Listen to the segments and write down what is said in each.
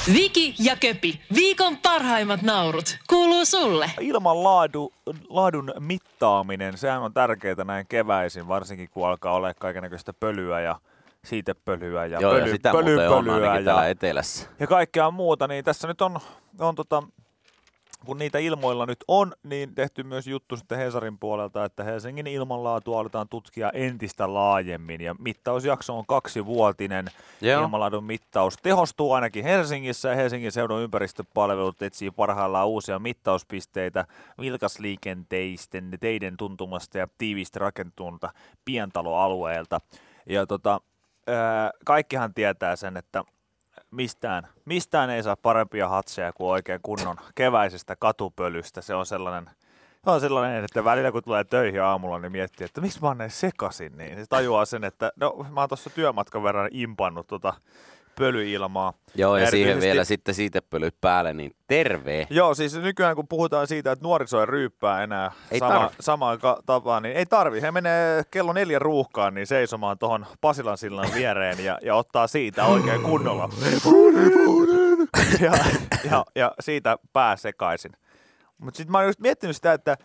Viki ja Köpi, viikon parhaimmat naurut, kuuluu sulle. Ilman laadun mittaaminen, sehän on tärkeää näin keväisin, varsinkin kun alkaa olla kaikennäköistä pölyä ja siitepölyä ja ja sitä muuten on ainakin täällä etelässä. Ja kaikkea muuta, niin tässä nyt on kun niitä ilmoilla nyt on, niin tehty myös juttu sitten Hesarin puolelta, että Helsingin ilmanlaatua aletaan tutkia entistä laajemmin. Ja mittausjakso on 2-vuotinen. Ilmanlaadun mittaus tehostuu ainakin Helsingissä, ja Helsingin seudun ympäristöpalvelut etsii parhaillaan uusia mittauspisteitä vilkasliikenteisten teiden tuntumasta ja tiiviisti rakentunutta pientaloalueelta. Ja kaikkihan tietää sen, että mistään ei saa parempia hatseja kuin oikein kunnon keväisestä katupölystä. Se on sellainen, että välillä kun tulee töihin aamulla, niin miettii, että miksi mä oon näin sekasin, niin se tajuaa sen, että mä oon tuossa työmatkan verran impannut pölyilmaa. Joo, ja siihen vielä sitten siitepölyt päälle, niin terve. Joo, siis nykyään kun puhutaan siitä, että nuoriso ei ryyppää enää samaan tapaan, niin ei tarvi. He menee kello 4 ruuhkaan niin seisomaan tuohon Pasilan sillan viereen ja ottaa siitä oikein kunnolla. ja siitä pää sekaisin. Mutta sitten mä oon just miettinyt sitä, että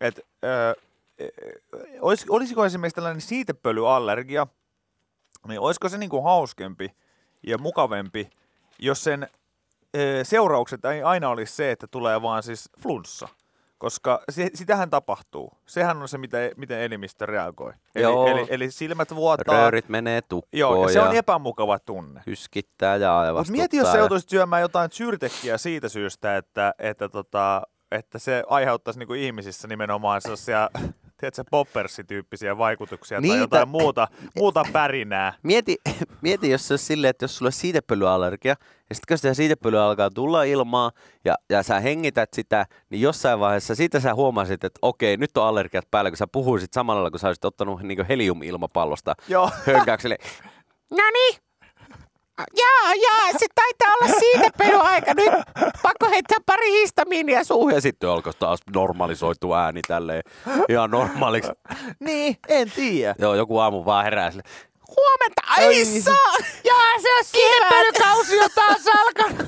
olisiko esimerkiksi tällainen siitepölyallergia, niin olisiko se niinku hauskempi ja mukavempi, jos sen seuraukset ei aina olisi se, että tulee vaan siis flunssa. Koska sitähän tapahtuu. Sehän on se, miten elimistö reagoi. Eli silmät vuotaa. Röörit menee tukkoon. Joo, ja se on epämukava tunne. Hyskittää ja aivastuttaa. Mutta mieti, jos sä joutuisit syömään jotain syrtekkiä siitä syystä, että se aiheuttaisi niinku ihmisissä nimenomaan sellaisia, tiedätkö, poppersityyppisiä vaikutuksia tai jotain muuta pärinää. Mieti, jos se olisi silleen, että jos sulla on siitepölyallergia, ja sitten kun sitä siitepölyä alkaa tulla ilmaa, ja sä hengität sitä, niin jossain vaiheessa siitä sä huomasit, että okei, nyt on allergiat päällä, kun sä puhuisit samalla lailla, kun sä olisit ottanut niin helium-ilmapallosta hönkäykselle. Noniin! Jaa, se taitaa olla siitepölyaika. Nyt pakko heittää pari histamiinia suuhun. Ja sitten alkoi taas normalisoitu ääni tälleen ihan normaaliksi. Niin, en tiedä. Joo, joku aamu vaan herää sille. Huomenta, ai saa! Jaa, se on Siitepölykausi jo taas alkanut.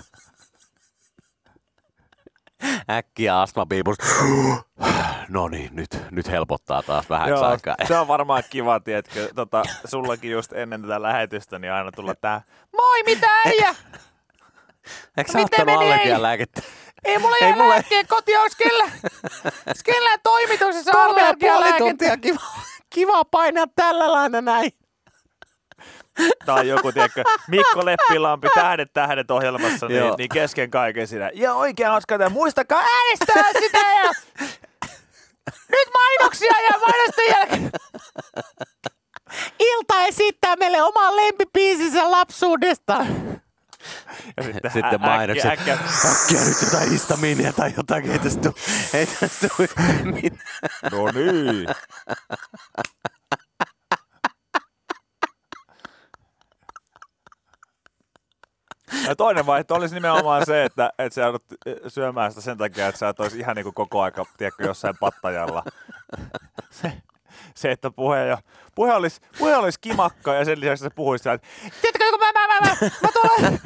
Äkkiä astmapiipus. No niin, nyt helpottaa taas vähäksi aikaa. Se on varmaan kiva, tiedätkö, sullakin just ennen tätä lähetystä, niin aina tulla tää, moi mitä äijä! Eikö sä ottanut allergialääkettä? Ei mulla jää lääkkeen koti, olisi kellä toimituksessa allergialääkettä. Kiva painaa tällä lailla näin. Tai joku, tiedätkö, Mikko Leppilampi, Tähdet ohjelmassa, niin kesken kaiken siinä. Ja oikein hauskaa, että muistakaa äänestää sitä ja nyt mainoksia ja mainosten jälkeen. Ilta esittää meille oman lempibiisinsä lapsuudesta. Ja sitten mainokset. Äkkiä nyt jotain histamiinia tai jotakin, ei tästä tule mitään. No niin. Ja toinen vaihtoehto olisi nimenomaan se, että sä joudut syömään sitä sen takia, että sä et olisi ihan niin kuin koko aika, tiedätkö, jossain pattajalla. Se että puhe olisi kimakka ja sen lisäksi sä puhuisit että tiedätkö, kun mä tuolla...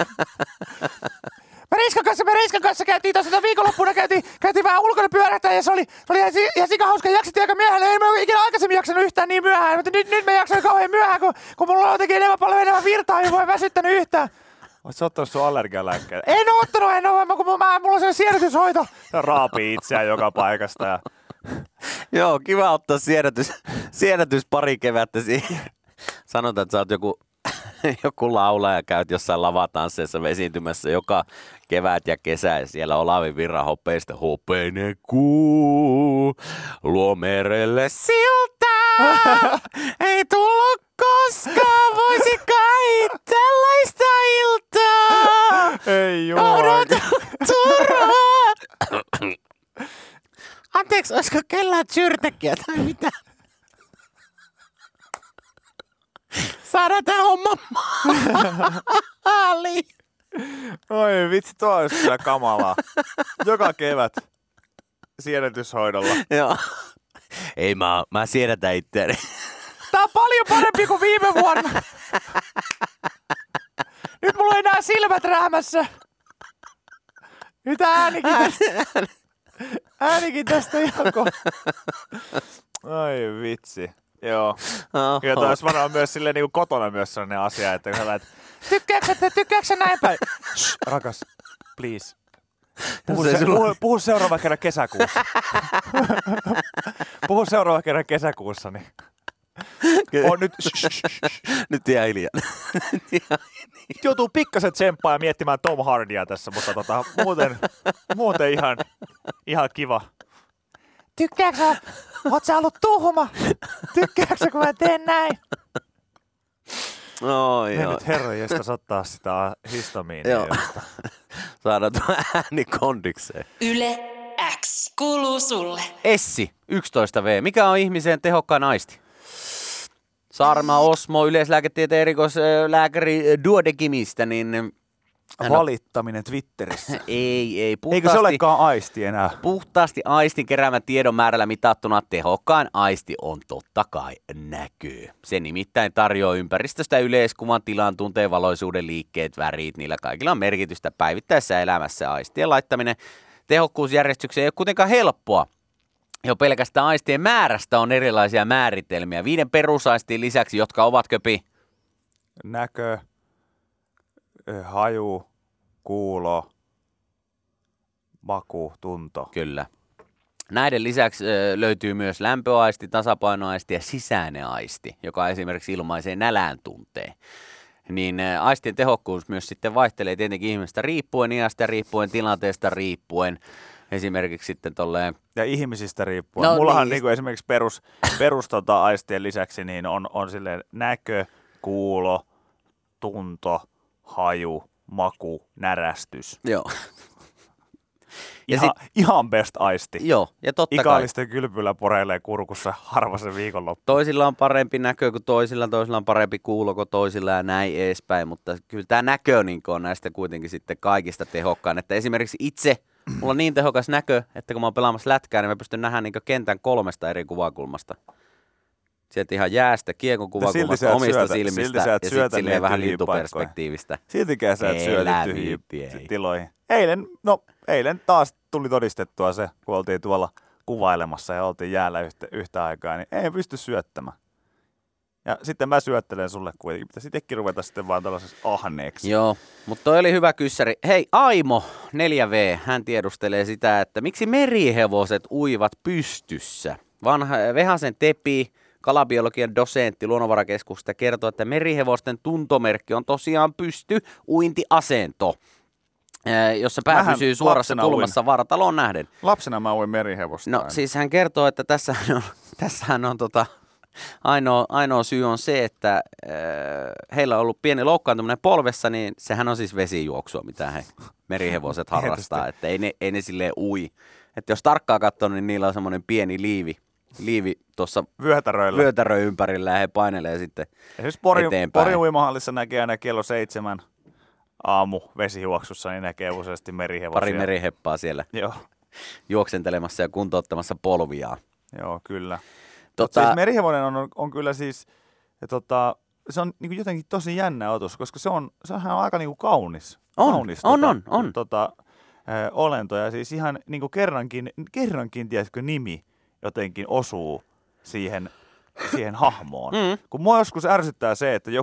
Me Reiskan kanssa käytiin tuossa viikonloppuna, käytiin vähän ulkona pyörähtää ja se oli ihan sika hauska. Jaksettiin aika myöhään. En mä ikinä aikaisemmin jaksanut yhtään niin myöhään, mutta nyt mä jaksoin kauhean myöhään, kun mulla on jotenkin paljon enemmän virtaa ja voi väsyttänyt yhtään. Oletko sä ottanut sun allergialääkkeitä? En oo ottanut, kun mulla on sellainen siedätyshoito. Ja raapii itseään joka paikasta. Ja... Joo, kiva ottaa siedätys pari kevättä siihen. Sanotaan, että sä oot joku laulaja, käyt jossain lavatansseissa esiintymässä joka kevät ja kesä. Ja siellä Olavi Virran hopeista hopeinen kuu luo merelle siltaa. Ei tullut koskaan, voisi kai tällaista iltaa. Ei jumala. Odota turvaa. Anteeksi, olisiko kellään syrtekkiä tai mitä? Saadaan tää homma maaliin. Oi vitsi, tuo olisi kyllä kamalaa. Joka kevät siedätyshoidolla. Joo. Ei mä siedätä itseäni. Tää on paljon parempi kuin viime vuonna. Nyt mulla ei enää silmät rähmässä. Mitä äänikin tästä jako. Ai vitsi. Joo. Ja taisi varmaan myös silleen niin kuin kotona myös sellainen asia, että kun että tykkääksä näin päin? Shh, rakas, please. Puhu seuraava kerran kesäkuussa. Puhu seuraava kerran kesäkuussa, niin. On nyt. Nyt jää hiljaa. Joutuu pikkasen tsemppaa ja miettimään Tom Hardia tässä, mutta muuten ihan kiva. Tykkääksä? Oot sä ollut tuhma? Tykkääksä, kun mä teen näin? Me nyt herranjestas ottaa sitä histamiinia. Saadaan tuo ääni kondikseen. Yle X kuuluu sulle. Essi, 11V. Mikä on ihmisen tehokkain aisti? Saarma Osmo, yleislääketieteen erikoislääkäri Duodecimistä, niin... Valittaminen Twitterissä. Ei. Puhtaasti, eikö se olekaan aisti enää? Puhtaasti aistin keräämän tiedon määrällä mitattuna tehokkain aisti on totta kai näkö. Se nimittäin tarjoaa ympäristöstä yleiskuvan, tilan, tunteen, valoisuuden, liikkeet, värit. Niillä kaikilla on merkitystä päivittäisessä elämässä. Aistien laittaminen tehokkuusjärjestykseen ei ole kuitenkaan helppoa. Jo pelkästään aistien määrästä on erilaisia määritelmiä. 5 perusaistiin lisäksi, jotka ovat köpi. Näkö, haju, kuulo, maku, tunto. Kyllä. Näiden lisäksi löytyy myös lämpöaisti, tasapainoaisti ja sisäinen aisti, joka esimerkiksi ilmaisee nälän tunteen. Niin aistien tehokkuus myös sitten vaihtelee tietenkin ihmisestä riippuen, iästä riippuen, tilanteesta riippuen. Esimerkiksi sitten tolleen... Ja ihmisistä riippuen. No, mullahan niin esimerkiksi perus aistien lisäksi niin on silleen näkö, kuulo, tunto, haju, maku, närästys. Joo. Ihan best aisti. Joo, ja totta Ikaalisten kylpyllä poreilee kurkussa harva se viikonloppu. Toisilla on parempi näkö kuin toisilla on parempi kuulo kuin toisilla ja näin edespäin, mutta kyllä tämä näkö niin on näistä kuitenkin sitten kaikista tehokkain. Että esimerkiksi itse, mulla on niin tehokas näkö, että kun mä oon pelaamassa lätkää, niin mä pystyn nähdä niin kentän 3 eri kuvakulmasta. Sieltä ihan jäästä, kiekon kuvakulmasta, omista silmistä ja sitten silleen vähän lintuperspektiivistä. Siltikään sä et syötä tyhjiin tiloihin. Eilen taas tuli todistettua se, kun oltiin tuolla kuvailemassa ja oltiin jäällä yhtä aikaa, niin ei pysty syöttämään. Ja sitten mä syöttelen sulle kuitenkin. Pitäisi itsekin ruveta sitten vaan tällaisessa ahneeksi. Joo, mutta toi oli hyvä kyssäri. Hei, Aimo 4V, hän tiedustelee sitä, että miksi merihevoset uivat pystyssä? Vanha Vehasen Tepi, kalabiologian dosentti Luonnonvarakeskuksesta kertoo, että merihevosten tuntomerkki on tosiaan pysty-uintiasento, jossa pää pysyy suorassa kulmassa vartaloon nähden. Lapsena mä uin merihevosta. No siis hän kertoo, että tässähän on ainoa syy on se, että heillä on ollut pieni loukkaantuminen polvessa, niin sehän on siis vesijuoksua, mitä he merihevoset harrastaa, että ei ne silleen ui. Että jos tarkkaan katsoo, niin niillä on semmoinen pieni liivi tuossa vyötäröön ympärillä ja he painelee sitten eteenpäin. Porin uimahallissa näkee aina kello 7 aamu vesijuoksussa, niin näkee useasti merihevosia. Pari meriheppaa siellä juoksentelemassa ja kuntouttamassa polviaan. Joo, kyllä. Siis merihevonen on kyllä siis, se on niin jotenkin tosi jännä otus, koska se on aika niin kuin kaunis. On. Olento ja siis ihan niin kuin kerrankin tiedätkö, nimi jotenkin osuu siihen hahmoon. Kun mua joskus ärsyttää se, että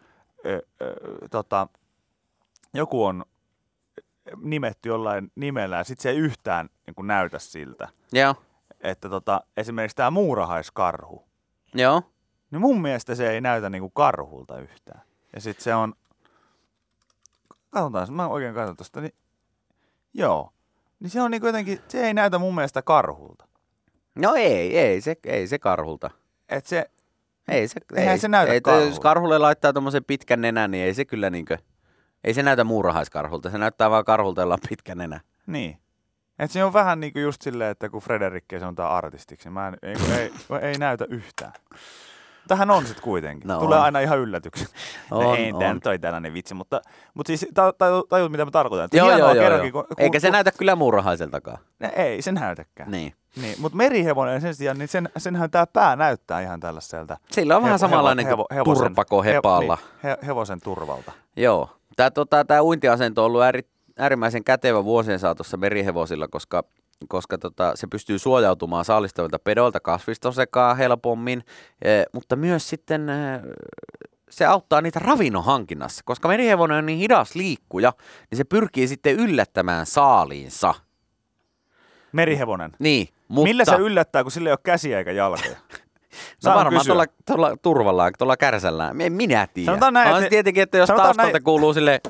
joku on nimetty jollain nimellä ja sitten se ei yhtään niin kuin näytä siltä. Joo. Että esimerkiksi tämä muurahaiskarhu. Joo. Niin mun mielestä se ei näytä niin kuin karhulta yhtään. Ja sitten se on, katsotaan, mä oikein katson tosta, niin joo. Niin se on niin kuin jotenkin, se ei näytä mun mielestä karhulta. No ei se karhulta. Et se, eihän se näytä karhulta. Jos karhulle laittaa tommosen pitkän nenän, niin ei se kyllä niinkö, ei se näytä muurahaiskarhulta, se näyttää vaan karhulta, jolla on pitkä nenä. Niin. Et se on vähän niinku just silleen, että kun Frederikke sanotaan artistiksi, ei näytä yhtään. Tähän on sitten kuitenkin. No, tulee aina ihan yllätyksen. Ei, tämä nyt oli tällainen vitsi, mutta siis tajut mitä mä tarkoitan. Joo. Eikä se näytä kyllä muurahaiseltakaan. Ei se näytäkään. Niin. Mutta merihevonen sen sijaan, niin senhän tämä pää näyttää ihan tällaiselta. Sillä on vähän samanlainen kuin turpako hepaalla. Hevosen turvalta. Joo. Tämä uintiasento on ollut äärimmäisen kätevä vuosien saatossa merihevosilla, koska se pystyy suojautumaan saalistavilta pedoilta kasvistosekaan helpommin, mutta myös sitten se auttaa niitä ravinnon hankinnassa, koska merihevonen on niin hidas liikkuja, niin se pyrkii sitten yllättämään saaliinsa. Merihevonen. Niin, mutta... Millä se yllättää, kun sillä ei ole käsiä eikä jalkoja? No varmaan tuolla turvalla, tuolla kärsällään. En minä tiedä. Sanotaan näin, että tietenkin, että jos taustalta kuuluu silleen...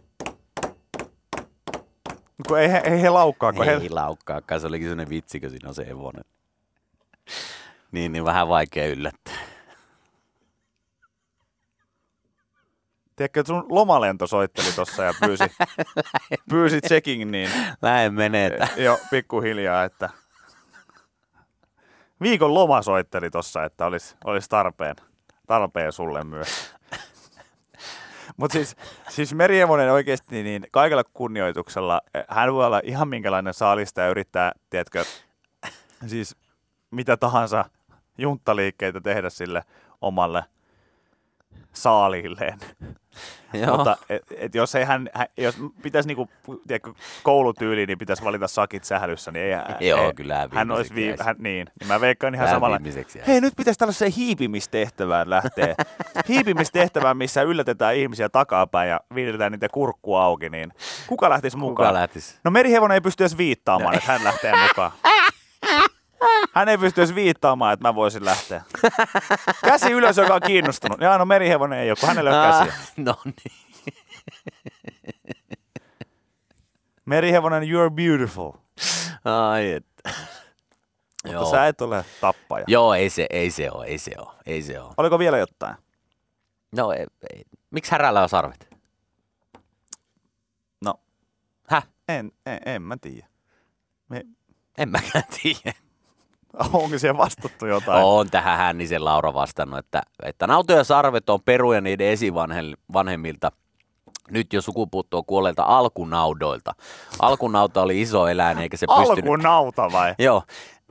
Kun ei he laukkaakaan. Ei laukkaakaan, se olikin sellainen vitsi, kun siinä on se hevonen. Niin vähän vaikea yllättää. Tiedätkö, että sun lomalento soitteli tossa ja pyysi checking, niin... Lähen menetä. Joo, pikkuhiljaa, että... Viikon loma soitteli tossa, että olisi tarpeen sulle myös. Mutta siis merihevonen oikeasti niin kaikella kunnioituksella, hän voi olla ihan minkälainen saalista ja yrittää, tiedätkö, siis mitä tahansa junttaliikkeitä tehdä sille omalle saaliilleen. Mutta jos ei jos pitäisi niinku, tiedätkö, koulutyyliin, niin pitäisi valita sakit sählyssä, niin kyllä hän olisi niin mä veikkaan ihan samalla. Hei, nyt pitäisi tällaiseen hiipimistehtävään lähteä. Hiipimistehtävään, missä yllätetään ihmisiä takapäin ja viidetään niitä kurkkua auki, niin kuka lähtisi mukaan? No merihevonen ei pysty edes viittaamaan, että hän lähtee mukaan. Hän ei pysty edes viittaamaan, että mä voisin lähteä. Käsi ylös, joka on kiinnostunut. No merihevonen ei ole, kun hänellä ei ole käsiä. No niin. Merihevonen, you're beautiful. Ai että. Mutta sä et ole tappaja. Joo, ei se ole. Oliko vielä jotain? No ei. Miksi härällä on sarvet? No. Häh? En mä tiedä. En mäkään tiedä. Onko siellä vastattu jotain? On tähän Hännisen Laura vastannut, että nautojen sarvet on peruja niiden esivanhemmilta. Nyt jo sukupuuttoon kuolleilta alkunaudoilta. Alkunauta oli iso eläin, eikä se pystynyt... Alkunauta vai? Joo.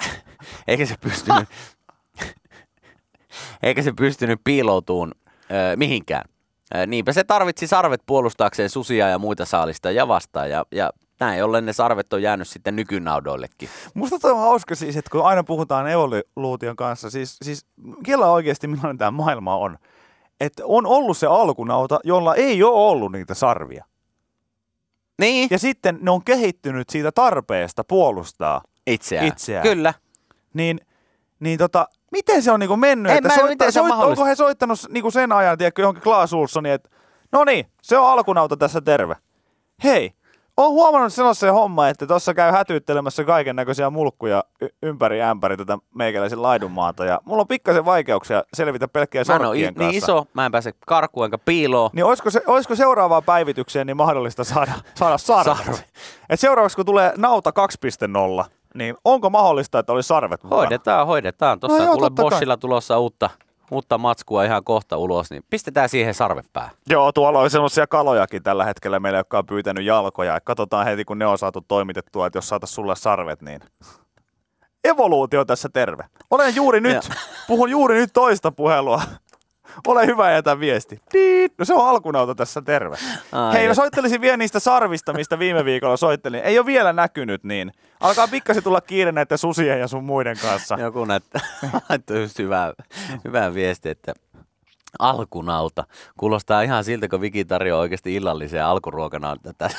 Eikä se pystynyt piiloutumaan mihinkään. Niinpä se tarvitsi sarvet puolustaakseen susia ja muita saalistajia vastaan. Ja näin ollen ne sarvet on jäänyt sitten nykynaudoillekin. Musta toi on hauska siis, että kun aina puhutaan evoluution kanssa, siis kela oikeasti millainen tämä maailma on. Että on ollut se alkunauta, jolla ei ole ollut niitä sarvia. Niin. Ja sitten ne on kehittynyt siitä tarpeesta puolustaa itseään. Kyllä. Niin miten se on niinku mennyt? Onko he soittanut niinku sen ajan, tiedätkö, johonkin Klaas Olssoniin, että no niin, se on alkunauta tässä terve. Hei, oon huomannut sellaisen homma, että tuossa käy hätyyttelemässä kaiken näköisiä mulkkuja ympäri ämpäri tätä meikäläisen laidunmaata. Ja mulla on pikkasen vaikeuksia selvitä pelkkien sorkkien kanssa. Niin iso, mä en pääse karkuun enkä piiloon. Niin olisiko seuraavaan päivitykseen niin mahdollista saada sarvet? Et seuraavaksi kun tulee nauta 2.0, niin onko mahdollista, että olisi sarvet mukana? Hoidetaan. Tuossa on kuule Boschilla tulossa uutta matskua ihan kohta ulos, niin pistetään siihen sarvet päähän. Joo, tuolla on sellaisia kalojakin tällä hetkellä meillä, jotka on pyytänyt jalkoja. Katsotaan heti, kun ne on saatu toimitettua, että jos saataisiin sulle sarvet, niin... Evoluutio tässä terve. Puhun juuri nyt toista puhelua. Ole hyvä ja jätä viesti. No se on alkunauta tässä terve. Hei, mä soittelisin vielä niistä sarvista, mistä viime viikolla soittelin. Ei ole vielä näkynyt, niin alkaa pikkasen tulla kiire näiden susien ja sun muiden kanssa. Joku laittoi just hyvää viestiä, että alkunauta. Kuulostaa ihan siltä, kun Viki tarjoaa oikeasti illallisen alkuruokana tätä.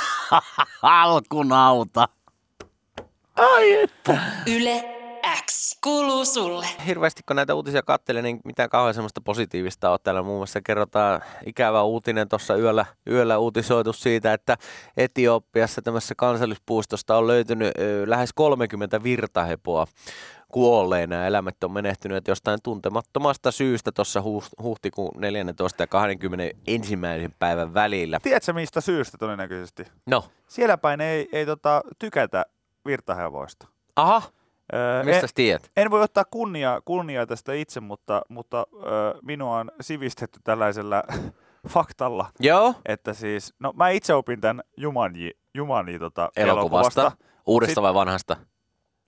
Alkunauta. Ai että. Yle X kuuluu sulle. Hirveästi kun näitä uutisia katselin, niin mitään kauhean semmoista positiivista on. Täällä muun muassa kerrotaan ikävä uutinen tuossa yöllä uutisoitu siitä, että Etiopiassa tämmöisessä kansallispuistosta on löytynyt lähes 30 virtahepoa kuolleina ja eläimet on menehtyneet jostain tuntemattomasta syystä tuossa huhtikuun 14. ja 21. päivän välillä. Tiedätkö mistä syystä todennäköisesti? No. Siellä päin ei tykätä virtahevoista. Aha. Mistä tiedät? En voi ottaa kunniaa tästä itse, mutta minua on sivistetty tällaisella faktalla. Joo. Että siis, no mä itse opin tämän Jumanji elokuvasta. Uudesta vai vanhasta?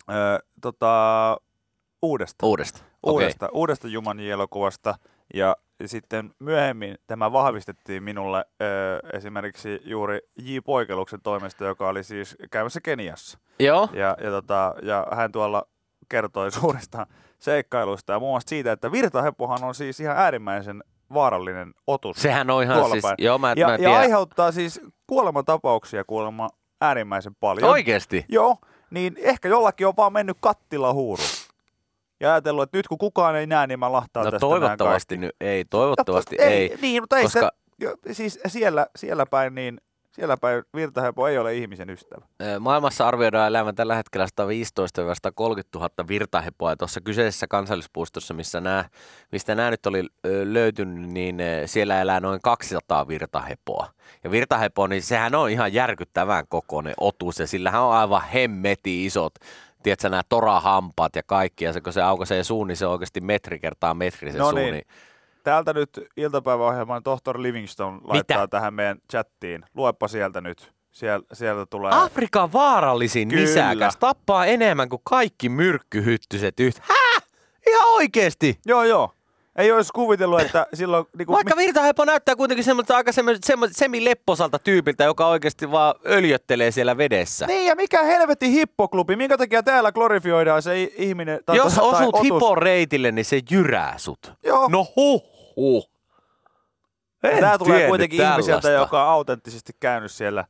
Uudesta. Uudesta Uudesta Jumanji-elokuvasta. Ja sitten myöhemmin tämä vahvistettiin minulle esimerkiksi juuri J. Poikeluksen toimesta, joka oli siis käymässä Keniassa. Joo. Ja hän tuolla kertoi suurista seikkailuista ja muun muassa siitä, että virtahepohan on siis ihan äärimmäisen vaarallinen otus. Sehän on ihan siis, joo mä tiedän. Ja aiheuttaa siis kuolematapauksia kuulemma äärimmäisen paljon. Oikeesti? Joo, niin ehkä jollakin on vaan mennyt kattila huuru. Ja ajatellut, että nyt kun kukaan ei näe, niin mä lahtaan tästä toivottavasti nyt ei, toivottavasti ei. Niin, mutta ei koska... se, siis siellä päin virtahepo ei ole ihmisen ystävä. Maailmassa arvioidaan elämän tällä hetkellä 115 000–130 000 virtahepoa. Ja tuossa kyseisessä kansallispuistossa, mistä nämä nyt oli löytynyt, niin siellä elää noin 200 virtahepoa. Ja virtahepo, niin sehän on ihan järkyttävän kokoinen otus ja sillähän on aivan hemmeti isot. Tiedätkö, nämä torahampaat ja kaikki, ja se, kun se aukaisee suun, niin se on oikeasti metri kertaa metri se suu. Niin. Täältä nyt iltapäiväohjelman tohtori Livingstone laittaa tähän meidän chattiin. Luepa sieltä nyt. Sieltä tulee... Afrikan vaarallisin nisäkäs tappaa enemmän kuin kaikki myrkkyhyttyset yhtä. Hää? Ihan oikeesti? Joo. Ei olisi kuvitellut, että silloin... Niin vaikka virtahepo näyttää kuitenkin semmoista aika semi-lepposalta tyypiltä, joka oikeasti vaan öljöttelee siellä vedessä. Niin, ja mikä helvetin hippoklubi? Minkä takia täällä glorifioidaan se ihminen... Jos osut hipon reitille, niin se jyrää sut. Joo. No huh. Tämä tulee kuitenkin ihmiseltä, joka on autenttisesti käynyt siellä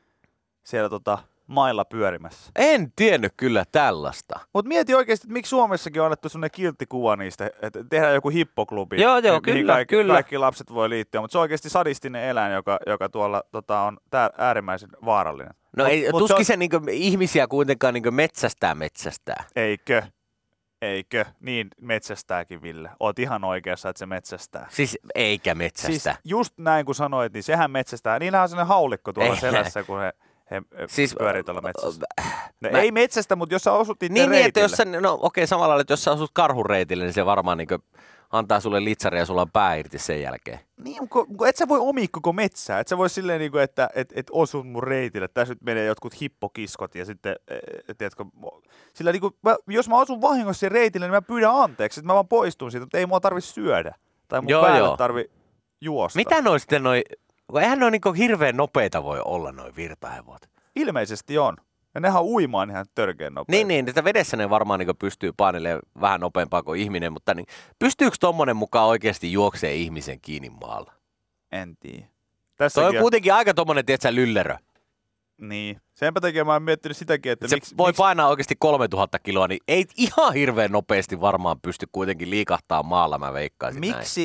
mailla pyörimässä. En tiennyt kyllä tällaista. Mutta mieti oikeasti, että miksi Suomessakin on annettu sellainen kiltti kuva niistä, että tehdään joku hippoklubi. Joo, kyllä. Kaikki lapset voi liittyä, mutta se on oikeasti sadistinen eläin, joka tuolla on äärimmäisen vaarallinen. No ei, tuskin se niinku ihmisiä kuitenkaan niinku metsästää. Eikö? Niin metsästääkin, Ville. Oot ihan oikeassa, että se metsästää. Siis eikä metsästä. Siis just näin kuin sanoit, niin sehän metsästää. Niillähän on sellainen haulikko tuolla selässä, kun he siis, pyörii tuolla metsässä. Ei metsästä, mutta jos sä osut itse reitille. Niin, että jos sä, samalla lailla, että jos sä osut karhun reitille, niin se varmaan niinku antaa sulle litsaria ja sulla on pää irti sen jälkeen. Niin, kun et sä voi omia koko metsää. Et sä voi silleen, niinku, että et osut mun reitille. Tässä nyt menee jotkut hippokiskot ja sitten, tiedätkö, sillä niinku, jos mä osun vahingossa sen reitille, niin mä pyydän anteeksi, että mä vaan poistun siitä, mutta ei mua tarvi syödä. Tai mun päälle tarvi juosta. Mitä noi sitten eihän noi niinku hirveän nopeita voi olla noi virtahevot. Ilmeisesti on. Ja nehän uimaan ihan törkeän nopeasti. Niin, että vedessä ne varmaan niin pystyy painelemaan vähän nopeampaa kuin ihminen, mutta niin, pystyykö tommonen mukaan oikeasti juoksee ihmisen kiinni maalla? En tiedä. Toi on kuitenkin aika tommonen, tietsä, lyllerö. Niin. Senpä takia mä oon miettinyt sitäkin, että se voi painaa oikeasti 3000 kiloa, niin ei ihan hirveän nopeasti varmaan pysty kuitenkin liikahtaa maalla, mä veikkaisin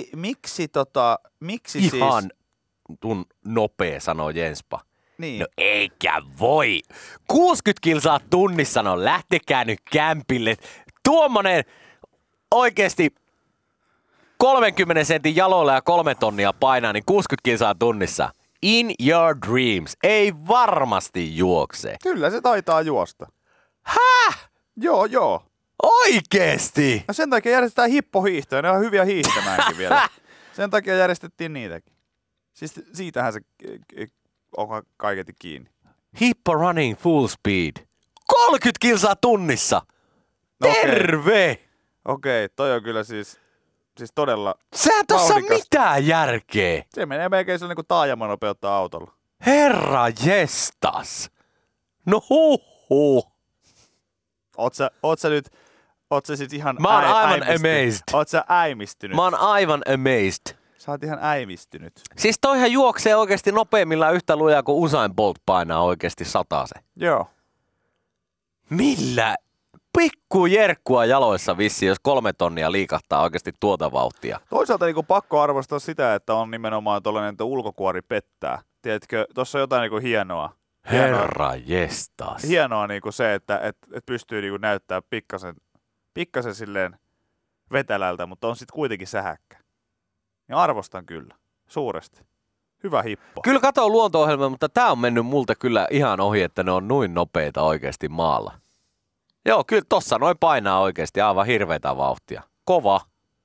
Miksi ihan siis... nopea, sanoo Jenspa. Niin. No eikä voi. 60 kilsaa tunnissa, no lähtekää nyt kämpille. Tuommoinen oikeesti 30 sentin jaloilla ja 3 tonnia painaa, niin 60 kilsaa tunnissa. In your dreams. Ei varmasti juokse. Kyllä se taitaa juosta. Häh? Joo. Oikeesti? No sen takia järjestetään hippohiihtoja. Ne on hyviä hiihtämäänkin vielä. Sen takia järjestettiin niitäkin. Siis siitähän se on kaiketi kiinni. Hippo running full speed. 30 kilsaa tunnissa. Terve! Okei, toi on kyllä siis todella sä et tossa mitään järkeä. Se menee melkein sellainen kuin taajamanopeutta autolla. Herra jestas. No huh. Oot sä sit ihan mä oon aivan amazed. Oot sä äimistynyt? Mä oon aivan amazed. Sä oot ihan äimistynyt. Siis toihan juoksee oikeesti nopeimmillaan yhtä lujaa kuin Usain Bolt painaa oikeesti 100. Joo. Millä? Pikku jerkkua jaloissa vissi, jos 3 tonnia liikahtaa oikeasti tuota vauhtia. Toisaalta niin pakko arvostaa sitä, että on nimenomaan tollainen, että ulkokuori pettää. Tiedätkö, tossa on jotain niin hienoa. Herra jestas. Hienoa niin se, että pystyy niin näyttää pikkasen silleen vetelältä, mutta on sitten kuitenkin sähäkkä. Ja arvostan kyllä. Suuresti. Hyvä hippo. Kyllä katoo luonto-ohjelmaa, mutta tää on mennyt multa kyllä ihan ohi, että ne on noin nopeita oikeasti maalla. Joo, kyllä tossa noin painaa oikeasti aivan hirveätä vauhtia. Kova.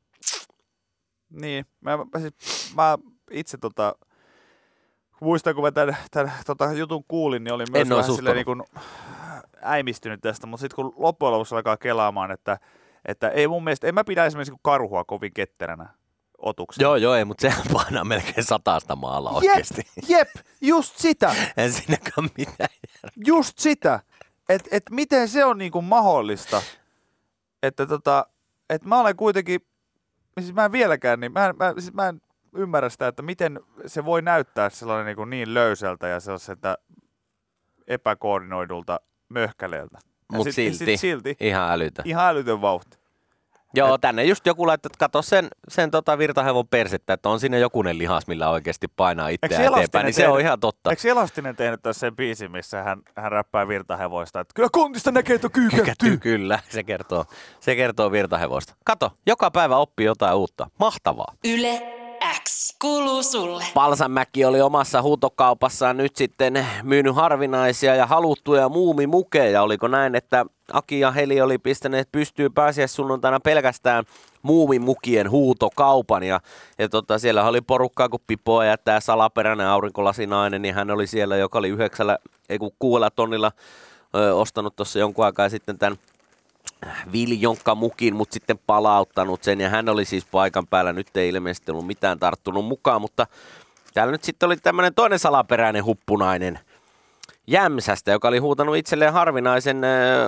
Niin, mä itse muistan, kun mä tämän jutun kuulin, niin olin myös vähän silleen niin kuin äimistynyt tästä, mutta sitten kun loppujen lopuksi alkaa kelaamaan, että ei mun mielestä, en mä pidä esimerkiksi karhua kovin ketteränä. otuksen. Joo, ei, mutta sehän painaa melkein 100 maalla oikeasti. Jep, just sitä. En siinäkään mitään. Just sitä. Et miten se on niinku mahdollista, että et mä olen kuitenkin, siis mä en vieläkään, niin mä en ymmärrä sitä, että miten se voi näyttää sellainen niin löysältä ja sellaiselta epäkoordinoidulta möhkäleeltä. Mutta silti ihan älytä. Ihan älytön vauhti. Joo, tänne just joku laittoi, että katso sen virtahevon persettä, että on siinä jokunen lihas, millä oikeasti painaa itseään eteenpäin, niin se on ihan totta. Eikö Elastinen tehnyt tässä sen biisin, missä hän räppää virtahevoista, että kyllä kontista näkee, että kyykättyy. Kyllä, se kertoo virtahevoista. Kato, joka päivä oppii jotain uutta. Mahtavaa. Yle X kuuluu sulle. Palsamäki oli omassa huutokaupassaan nyt sitten myynyt harvinaisia ja haluttuja muumimukeja. Oliko näin, että Aki ja Heli oli pistäneet pystyyn pääsiäissunnuntaina pelkästään muumimukien huutokaupan. Ja siellä oli porukkaa kuin Pipoa ja tämä salaperäinen aurinkolasinainen, niin hän oli siellä, joka oli 6 tonnilla ostanut tuossa jonkun aikaa sitten tämän Viljonkka-mukin, mutta sitten palauttanut sen, ja hän oli siis paikan päällä. Nyt ei ilmeisesti ollut mitään tarttunut mukaan, mutta täällä nyt sitten oli tämmöinen toinen salaperäinen huppunainen Jämsästä, joka oli huutanut itselleen harvinaisen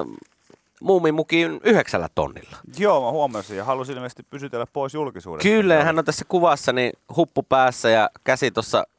muumimukin 9 tonnilla. Joo, mä huomasin ja halusin ilmeisesti pysytellä pois julkisuudesta. Kyllä, hän on tässä kuvassa niin huppu päässä ja käsi tuossa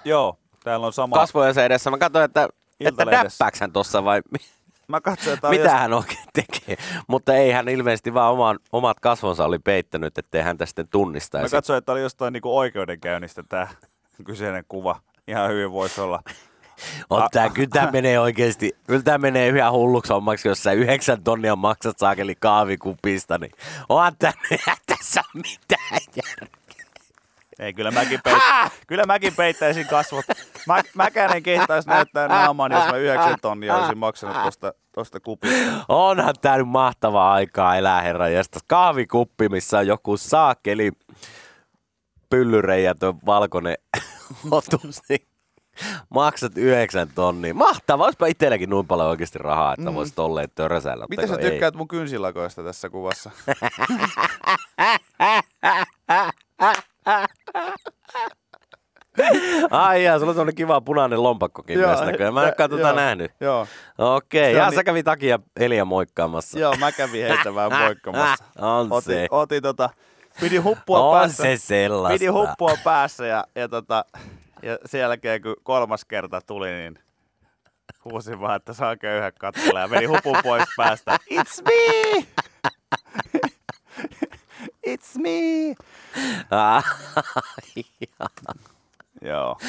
kasvojensa edessä. Mä katsoin, että däppääks hän tuossa vai mä katsoin, että mitä hän oikein tekee, mutta ei hän ilmeisesti vaan omat kasvonsa oli peittänyt, ettei häntä sitten tunnistaisi. Mä katsoin, että oli jostain niinku oikeudenkäynnistä tämä kyseinen kuva. Ihan hyvin voisi olla. Kyllä tämä menee oikeasti, kyllä tämä menee ihan hulluksi hommaksi, jos sä 9 tonnia maksat saakeli kahvikupista, niin onhan tässä on mitään järkeä. Ei, kyllä mäkin peittäisin kasvot. Mäkään en kehtaisi näyttää naamaan, jos mä 9 tonnia olisin maksanut tosta kupista. Onhan tää nyt mahtavaa aikaa elää, herran jästäs. Kahvikuppi, missä on joku saakeli pyllyreijätön valkoinen otus, niin maksat 9 tonnia. Mahtavaa, olisipa itselläkin noin paljon oikeasti rahaa, että voisi tolleen törsäillä. Miten sä tykkäät mun kynsilakoista tässä kuvassa? Ai jaa, sulla on tämmönen kiva punainen lompakkokin myös näköjään. Mä en ole nähnyt. Joo. Okei, ja sä kävi Takia Eliä moikkaamassa. Joo, mä kävin heitä vähän moikkaamassa. Pidi huppua päässä ja sen jälkeen kun 3. kerta tuli, niin huusin vaan, että saa köyhä katsella ja meni hupun pois päästä. It's me! It's me! Joo.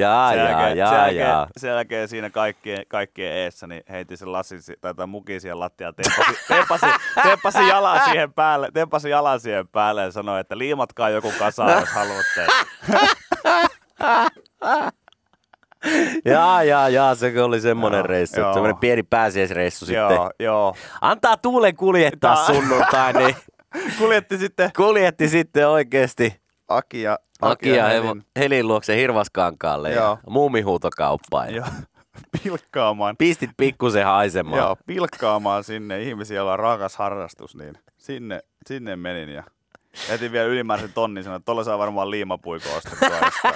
Sen jälkeen siinä kaikkien eessä niin heitin sen lasin tai mukin siihen lattiaan, tempasin jalan siihen päälle ja sanoi, että liimatkaa joku kasaan, jos haluatte. Jaa, se oli semmoinen reissu, semmoinen pieni pääsiäisreissu sitten. Joo. Antaa tuulen kuljettaa sunnuntai, niin kuljetti sitten oikeesti. Aki ja Helin luokse Hirvaskankaalle ja muumihuutokauppaan. Joo, pilkkaamaan. Pistit pikkusen haisemaan. Joo, pilkkaamaan sinne ihmisiä, joilla on rakas harrastus, niin sinne menin ja jätin vielä ylimääräisen tonnin, sanoin, että tuolla saa varmaan liimapuiko ostettua.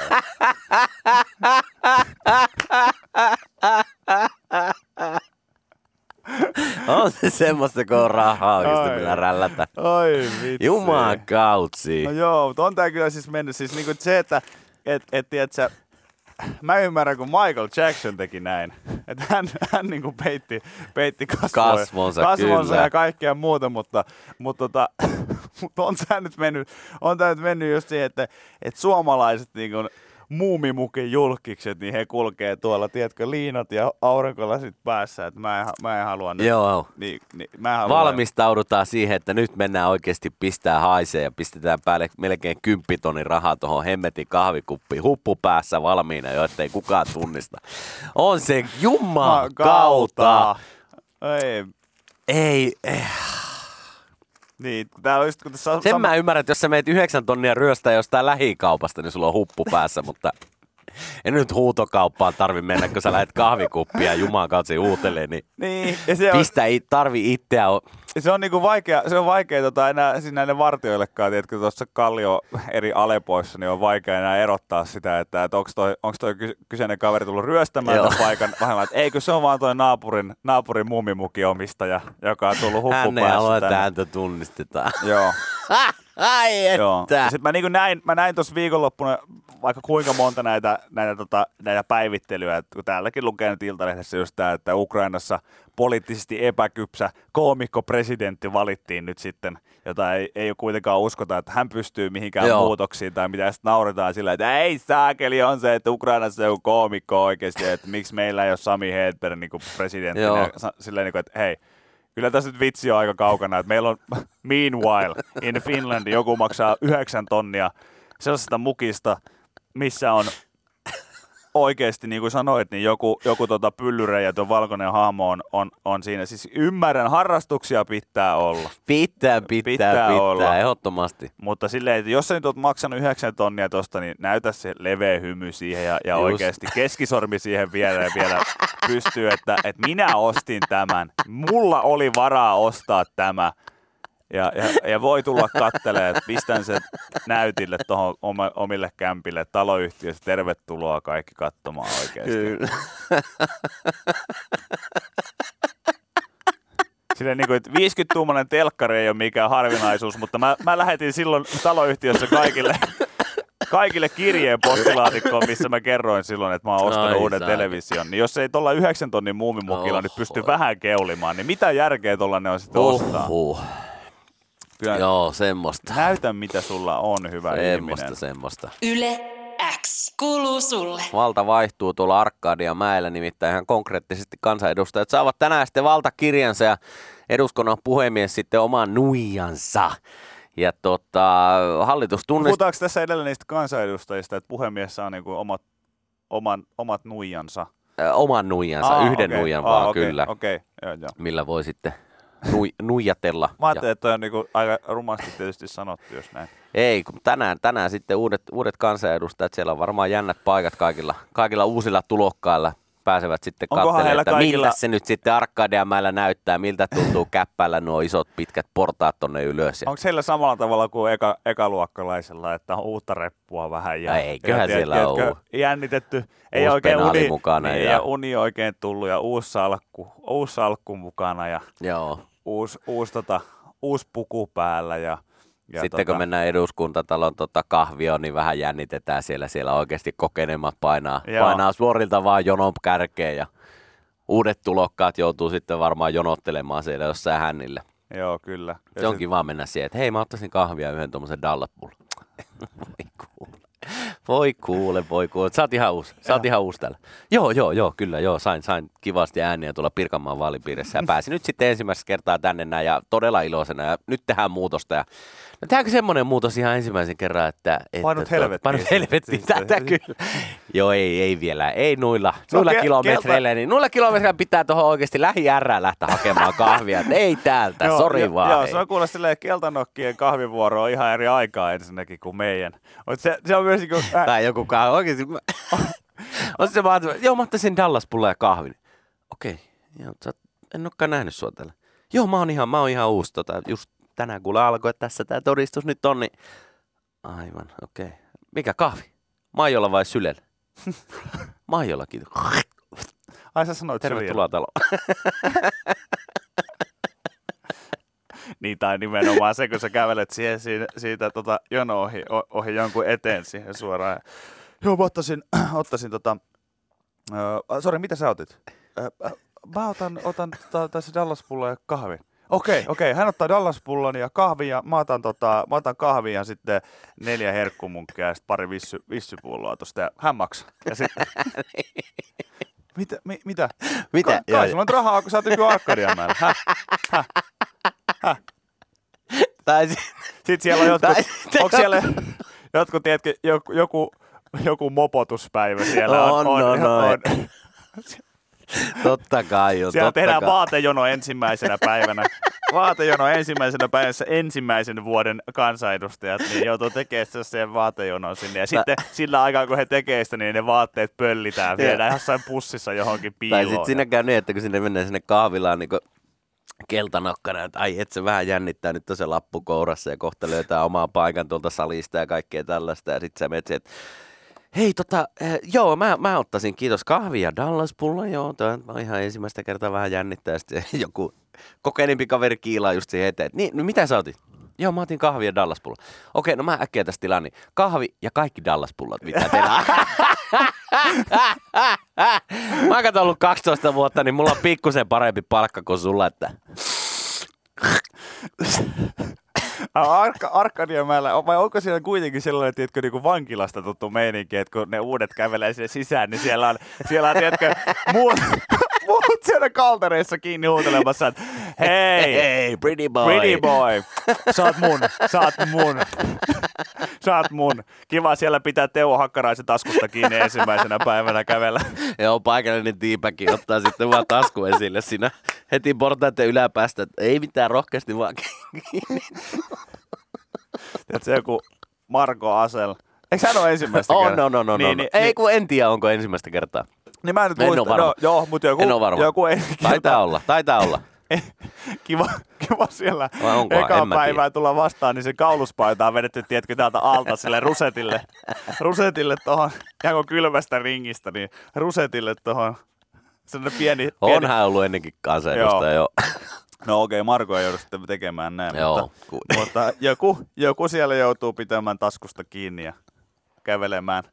On se semmoista, kun on rahaa oikeasti, millä rällätä. Oi vitsi. Juman kautsi. No joo, mutta on tää kyllä siis mennyt siis niinku se, että tiedätkö, mä ymmärrän, kun Michael Jackson teki näin. Että hän niinku peitti kasvonsa ja kaikkea muuta, mutta on tää nyt mennyt just siihen, että suomalaiset niinku muumimukin julkikset, niin he kulkee tuolla, tiedätkö, liinat ja aurinkolasit päässä, että mä en halua nyt. Joo. Mä en halua. Valmistaudutaan siihen, että nyt mennään oikeasti pistää haisee ja pistetään päälle melkein 10 tonnin rahaa tuohon hemmetin kahvikuppiin. Huppu päässä valmiina, jottei kukaan tunnista. On se jumakauta. Ei. Niin, täällä just, kun sen mä ymmärrän, että jos sä meet 9 tonnia ryöstää jostain lähikaupasta, niin sulla on huppu päässä, mutta En nyt huutokauppaan tarvi mennä, kun sä lähdet kahvikuppia Jumalan kanssa uutelee, niin ja se tarvi itseä. Se on niinku vaikea enää näille vartijoillekaan, tiedätkö, tuossa Kallio eri Alepoissa, niin on vaikea enää erottaa sitä, että onko toi kyseinen kaveri tullut ryöstämään tämän paikan vähemmän. Eikö se on vaan toi naapurin muumimukin omistaja, joka on tullut huppupäässä tänne. Ääntä tunnistetaan. Joo. Ai että. Joo. Sitten mä näin tuossa viikonloppuna vaikka kuinka monta näitä päivittelyä, että kun täälläkin lukee nyt Iltalehdessä just tämä, että Ukrainassa poliittisesti epäkypsä koomikko-presidentti valittiin nyt sitten, jota ei kuitenkaan uskota, että hän pystyy mihinkään muutoksiin tai mitä sitten nauretaan sillä, että ei saakeli on se, että Ukrainassa on joku koomikko oikeasti, että miksi meillä ei ole Sami Hedberg niin kuin presidenttinä. Silleen, niin kuin, että hei, kyllä tässä nyt vitsi on aika kaukana, että meillä on meanwhile in Finland joku maksaa 9 tonnia sellaisesta mukista, missä on oikeasti, niin kuin sanoit, niin joku pyllyrä ja tuo valkoinen hahmo on siinä. Siis ymmärrän, harrastuksia pitää olla. Pitää olla. Ehdottomasti. Mutta silleen, että jos sä nyt oot maksanut 9 tonnia tosta, niin näytä se leveä hymy siihen ja oikeasti keskisormi siihen vielä pystyy, että minä ostin tämän. Mulla oli varaa ostaa tämä. Ja voi tulla katselemaan, että pistän sen näytille tuohon omille kämpille taloyhtiössä. Tervetuloa kaikki katsomaan oikeasti. Kyllä. Silleen niin kuin, että 50-tuumainen telkkari ei ole mikään harvinaisuus, mutta mä lähetin silloin taloyhtiössä kaikille kirjeen postilaatikkoon, missä mä kerroin silloin, että mä oon ostanut uuden television. Niin jos ei tuolla 9 tonnin muumimukilla nyt pysty vähän keulimaan, niin mitä järkeä tuollainen on sitten ostaa? Kyllä. Joo, semmoista. Näytä, mitä sulla on, hyvä ihminen. Semmoista. Yle X kuuluu sulle. Valta vaihtuu tuolla Arkadianmäellä, nimittäin ihan konkreettisesti kansanedustajat saavat tänään sitten valtakirjansa ja eduskunnan puhemies sitten oman nuijansa. Ja hallitus tunnistaa... Puhutaanko tässä edelleen niistä kansanedustajista, että puhemies saa niinku omat nuijansa? Oman nuijansa, yhden nuijan vaan kyllä. Joo. Millä voi sitten... nuijatella. Mä ajattelin, että toi on niinku aika rumasti tietysti sanottu, jos näin. Ei, kun tänään sitten uudet kansanedustajat, siellä on varmaan jännät paikat kaikilla uusilla tulokkailla pääsevät sitten katselemaan, että miltä se nyt sitten Arkadianmäellä näyttää, miltä tuntuu käppäillä nuo isot pitkät portaat tonne ylös. Onko heillä samalla tavalla kuin ekaluokkalaisella, että on uutta reppua vähän? Ja eiköhän siellä ole. Jännitetty. Ei oikein uni oikein tullut ja uusi salkku mukana ja uusi puku päällä ja sitten kun mennään eduskuntatalon kahvioon, niin vähän jännitetään siellä oikeasti kokenemat painaa suorilta vaan jonon kärkeen ja uudet tulokkaat joutuu sitten varmaan jonottelemaan siellä jossain hännillä. Joo, kyllä. Se onkin vaan mennä siihen, että hei mä ottaisin kahvia yhden tuommoisen Dallas-pullon. Voi kuule. Sä oot ihan uusi täällä. Joo, kyllä, sain kivasti ääniä tuolla Pirkanmaan vaalipiirissä ja pääsin nyt sitten ensimmäistä kertaa tänne näin ja todella iloisena ja nyt tehdään muutosta ja no tehdäänkö semmoinen muutos ihan ensimmäisen kerran, että painut helvettiin tätä kyllä. Joo, ei vielä, ei noilla kilometreillä, niin noilla kilometreillä pitää tuohon oikeasti lähi-ärään lähteä hakemaan kahvia, että ei täältä, sori vaan. Joo, se on kuulla silleen, keltanokkien kahvivuoro on ihan eri aikaa ensinnäkin kuin meidän. Se on myös kuin... Tai joku kahvi, oikeasti. On se vaan, joo mä ottaisin Dallas-pulla ja kahvin. Okei, en olekaan nähnyt sua täällä. Joo, mä oon ihan uusi, just tänään kuule alkoi, että tässä tää todistus nyt on, niin... Aivan, okei. Mikä kahvi? Maijolla vai Sylellä? Maijolla, kiitos. Ai sä sanoit tervetuloa taloon. Niin, tai nimenomaan se, kun sä kävelet siitä jono ohi jonkun eteen siihen suoraan. Joo, mä ottaisin sori, mitä sä otit? Mä otan tässä Dallas-pullon ja kahvin. Okei. Hän ottaa Dallas-pullon ja kahvin ja mä otan kahvin ja sitten 4 herkkumunkkia ja sitten pari vissypulloa tosta ja hän maksaa. Ja sitten... Mitä? Kai sulla on rahaa, kun sä oot joku Arkadianmäellä. Häh? Sitten siellä on onko siellä jotkut, tiedätkö, joku mopotuspäivä siellä on. Totta kai jo. Siellä tehdään vaatejono ensimmäisenä päivänä. vaatejono ensimmäisenä päivässä ensimmäisen vuoden kansanedustajat, niin joutuu tekemään sen vaatejonon sinne. Ja sitten sillä aikaa, kun he tekee sitä, niin ne vaatteet pöllitään, viedään jossain pussissa johonkin piiloon. Tai sitten siinä käy niin, että kun sinne mennään sinne kahvilaan niin keltanokkana, että ai et se vähän jännittää, nyt on se lappu kourassa ja kohta löytää omaa paikan tuolta salista ja kaikkea tällaista. Ja sitten sä menet että hei joo, mä ottaisin kiitos kahvia ja Dallas-pulla, joo, toi on ihan ensimmäistä kertaa vähän jännittää. Sitten joku kokeneempi kaveri kiilaa just siihen eteen, niin, no mitä sä otit? Joo, mä otin kahvia ja Dallas-pulla. Okei, no mä äkkiä tästä tilaan, niin kahvi ja kaikki Dallas-pullot, mitä teillä on. Mä oon ollut 12 vuotta, niin mulla on pikkusen parempi palkka kuin sulla, että Arkadianmäellä, vai onko siellä kuitenkin sellainen, tiedätkö, niin kuin vankilasta tuttu meininki, että kun ne uudet kävelee sinne sisään, niin siellä on tiedätkö, muut siellä kaltereissa kiinni huutelemassa, että hei, pretty boy, sä oot mun. Kiva siellä pitää Teuvo Hakkaraisen taskusta kiinni ensimmäisenä päivänä kävellä. Joo, paikallinen tiipäki ottaa sitten vaan tasku esille siinä heti portaiden yläpäästä, että ei mitään rohkeasti vaan kiinni. Tiedätkö, joku Marko Asel. Eikö hän ole ensimmäistä kertaa? No. Ei kun en tiedä, onko ensimmäistä kertaa. Niin mä nyt muistan. No, joo, mutta joku ei. Taitaa olla. Kiva siellä ekaan päivää tulla vastaan, niin se kauluspaita on vedetty, tiedätkö, täältä alta sille rusetille tohon, ihan kylmästä ringistä, niin rusetille tohon. Sellainen pieni. On hän ollut ennenkin kansanedustaja, joo. No okei, Marko ei joudu sitten tekemään näin, joo, mutta joku siellä joutuu pitämään taskusta kiinni ja kävelemään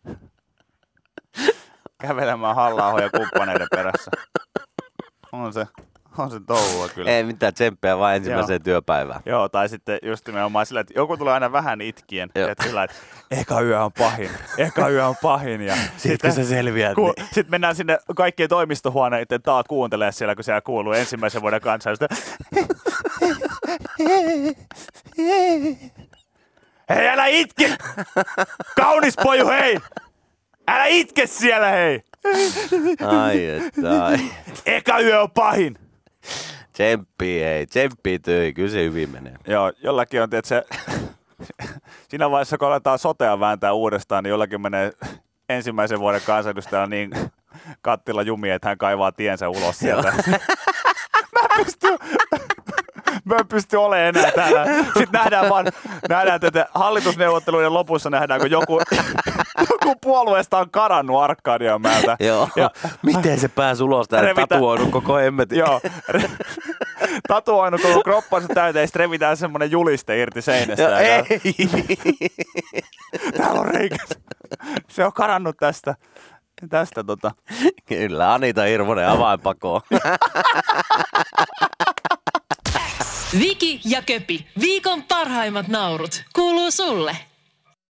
Halla-ahon ja kumppaneiden perässä. On se touhua kyllä. Ei mitään tsemppiä, vaan ensimmäiseen työpäivään. Joo, tai sitten just nimenomaan sillä, että joku tulee aina vähän itkien. Että sillä, että eka yö on pahin. Ja sitten se selviää. Sitten mennään sinne kaikkien toimistohuoneiden taa kuuntelemaan siellä, kun siellä kuuluu ensimmäisen vuoden kansanedustajat. Hei, älä itke! Kaunis poju, hei! Älä itke siellä, hei! Ai. Eka yö on pahin! Tsemppii töihin, kyllä se hyvin menee. Joo, jollakin on, että se siinä vaiheessa, kun aletaan sotea vääntää uudestaan, niin jollakin menee ensimmäisen vuoden kansanedustajalla niin kattila jumi, että hän kaivaa tiensä ulos sieltä. Mä en pysty olemaan enää täällä. Sitten nähdään että hallitusneuvotteluiden lopussa nähdään, kun joku puolueesta on karannut Arkadianmäeltä. Joo. Ja miten se pääsi ulos täällä? Tatuoinut koko emmetin. Joo. Tatuoinut koko kroppansa täyteen, ja sitten revitään semmoinen juliste irti seinästä. Joo, ei. Täällä on reikä. Se on karannut tästä. Kyllä, Anita Hirvonen avainpakoon. Viki ja Köpi, viikon parhaimmat naurut, kuuluu sulle.